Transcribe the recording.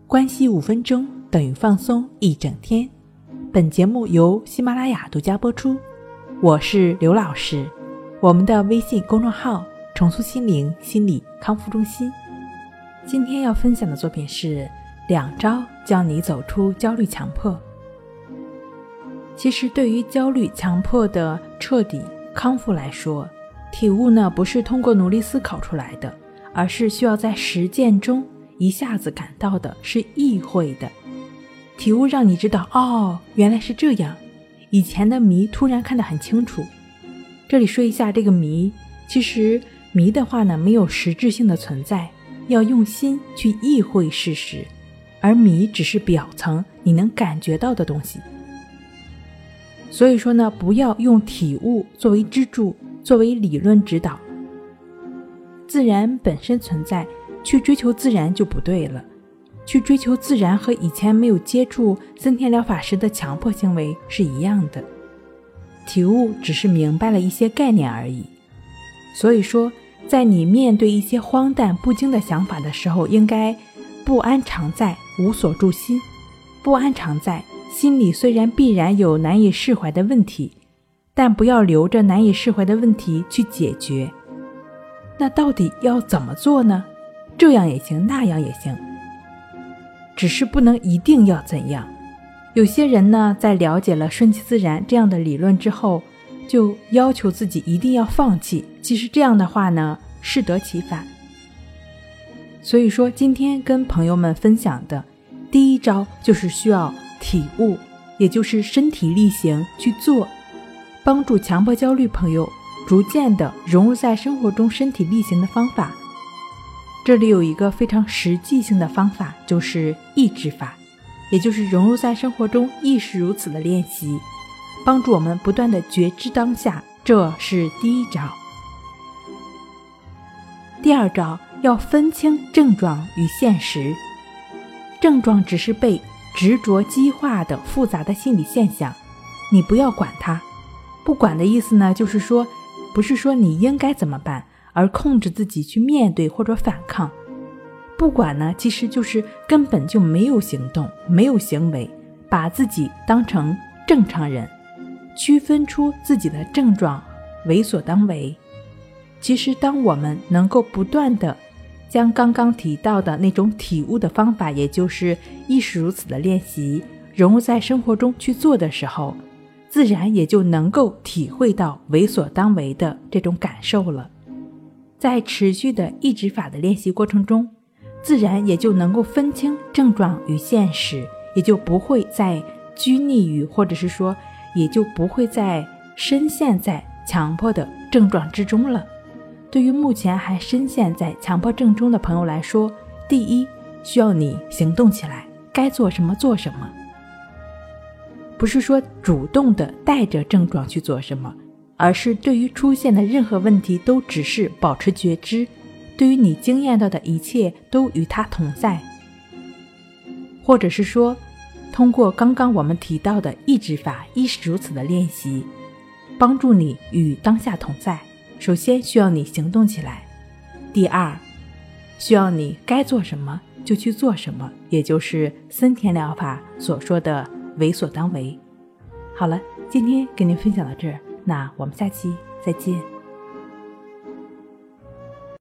关系5分钟等于放松1整天。本节目由喜马拉雅独家播出，我是刘老师。我们的微信公众号重塑心灵心理康复中心。今天要分享的作品是2招教你走出焦虑强迫。其实对于焦虑强迫的彻底康复来说，体悟呢不是通过努力思考出来的，而是需要在实践中一下子感到的，是意会的。体悟让你知道，原来是这样，以前的谜突然看得很清楚。这里说一下这个谜，其实谜的话呢，没有实质性的存在，要用心去意会事实，而谜只是表层你能感觉到的东西。所以说呢，不要用体悟作为支柱，作为理论指导。自然本身存在，去追求自然就不对了。去追求自然和以前没有接触森田疗法时的强迫行为是一样的。体悟只是明白了一些概念而已。所以说，在你面对一些荒诞不经的想法的时候，应该不安常在，无所住心。不安常在，心里虽然必然有难以释怀的问题，但不要留着难以释怀的问题去解决。那到底要怎么做呢？这样也行，那样也行，只是不能一定要怎样。有些人呢，在了解了顺其自然这样的理论之后，就要求自己一定要放弃，其实这样的话呢，适得其反。所以说，今天跟朋友们分享的第1招就是需要体悟，也就是身体力行去做，帮助强迫焦虑朋友逐渐的融入在生活中身体力行的方法。这里有一个非常实际性的方法，就是意志法，也就是融入在生活中亦是如此的练习，帮助我们不断的觉知当下，这是第1招。第2招，要分清症状与现实。症状只是被执着激化的复杂的心理现象，你不要管它。不管的意思呢，就是说，不是说你应该怎么办，而控制自己去面对或者反抗。不管呢，其实就是根本就没有行动，没有行为，把自己当成正常人，区分出自己的症状，为所当为。其实当我们能够不断的将刚刚提到的那种体悟的方法，也就是亦是如此的练习，融入在生活中去做的时候，自然也就能够体会到为所当为的这种感受了。在持续的意志法的练习过程中，自然也就能够分清症状与现实，也就不会再拘泥于，或者是说也就不会再深陷在强迫的症状之中了。对于目前还深陷在强迫症中的朋友来说，第一，需要你行动起来，该做什么做什么。不是说主动的带着症状去做什么，而是对于出现的任何问题都只是保持觉知，对于你经验到的一切都与它同在。或者是说，通过刚刚我们提到的意志法亦是如此的练习，帮助你与当下同在。首先需要你行动起来，第2，需要你该做什么就去做什么，也就是森田疗法所说的为所当为。好了，今天跟您分享到这儿，那我们下期再见。